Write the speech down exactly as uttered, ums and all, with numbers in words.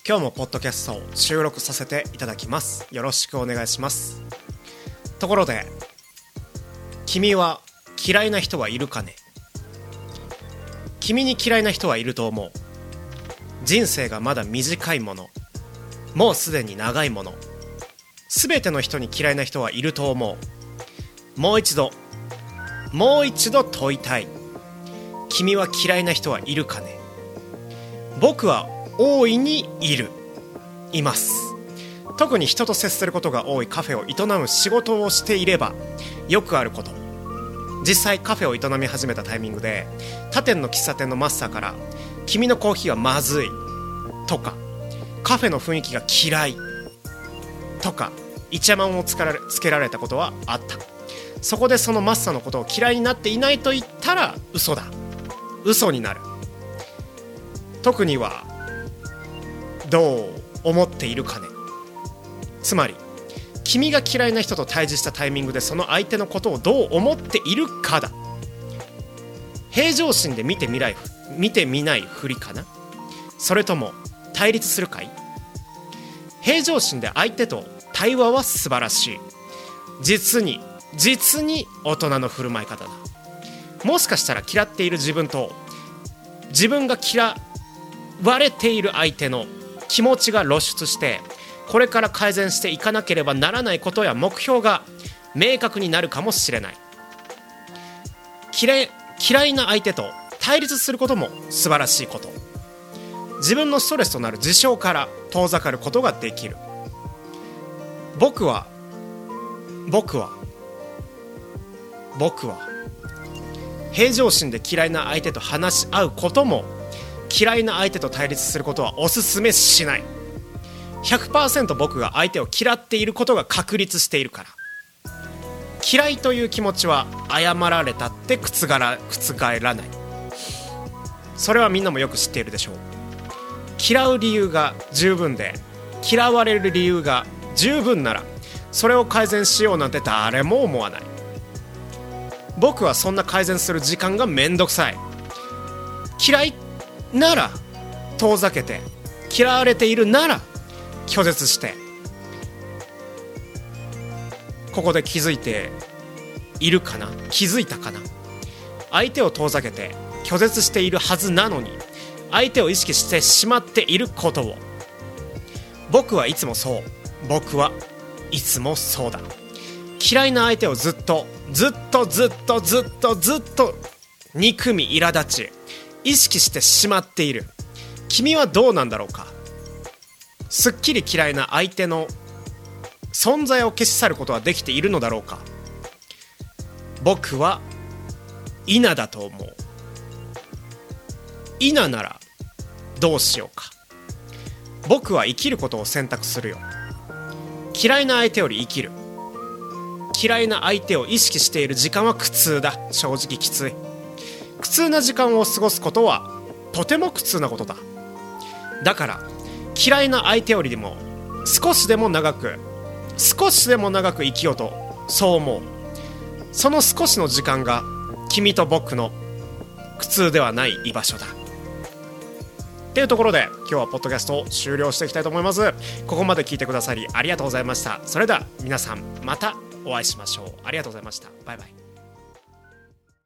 今日もポッドキャストを収録させていただきます。よろしくお願いします。ところで、君は嫌いな人はいるかね？君に嫌いな人はいると思う。人生がまだ短いもの、もうすでに長いもの、すべての人に嫌いな人はいると思う。もう一度もう一度問いたい。君は嫌いな人はいるかね？僕は大いにいるいます。特に人と接することが多いカフェを営む仕事をしていればよくあること。実際カフェを営み始めたタイミングで他店の喫茶店のマスターから君のコーヒーはまずいとか、カフェの雰囲気が嫌いとかイチャモンをつけられ、つけられたことはあった。そこでそのマスターのことを嫌いになっていないと言ったら嘘だ。嘘になる。特にはどう思っているかね。つまり君が嫌いな人と対峙したタイミングでその相手のことをどう思っているかだ。平常心で見てみない見てみないふりかな。それとも対立するかい？平常心で相手と対話は素晴らしい。実に実に大人の振る舞い方だ。もしかしたら嫌っている自分と自分が嫌われている相手の気持ちが露出して、これから改善していかなければならないことや目標が明確になるかもしれない。嫌い、嫌いな相手と対立することも素晴らしいこと。自分のストレスとなる事象から遠ざかることができる。僕は僕は僕は平常心で嫌いな相手と話し合うことも嫌いな相手と対立することはおすすめしない。 ひゃくパーセント 僕が相手を嫌っていることが確立しているから。嫌いという気持ちは謝られたって覆ら、覆らない。それはみんなもよく知っているでしょう。嫌う理由が十分で嫌われる理由が十分ならそれを改善しようなんて誰も思わない。僕はそんな改善する時間がめんどくさい。嫌いなら遠ざけて、嫌われているなら拒絶して。ここで気づいているかな？気づいたかな？相手を遠ざけて拒絶しているはずなのに相手を意識してしまっていることを。僕はいつもそう。僕はいつもそうだ。嫌いな相手をずっとずっとずっとずっとずっと憎み苛立ち意識してしまっている。君はどうなんだろうか。すっきり嫌いな相手の存在を消し去ることはできているのだろうか。僕は否だと思う。否ならどうしようか。僕は生きることを選択するよ。嫌いな相手より生きる。嫌いな相手を意識している時間は苦痛だ。正直きつい。苦痛な時間を過ごすことはとても苦痛なことだ。だから嫌いな相手よりも少しでも長く少しでも長く生きようとそう思う。その少しの時間が君と僕の苦痛ではない居場所だ。っていうところで今日はポッドキャストを終了していきたいと思います。ここまで聞いてくださりありがとうございました。それでは皆さんまたお会いしましょう。ありがとうございました。バイバイ。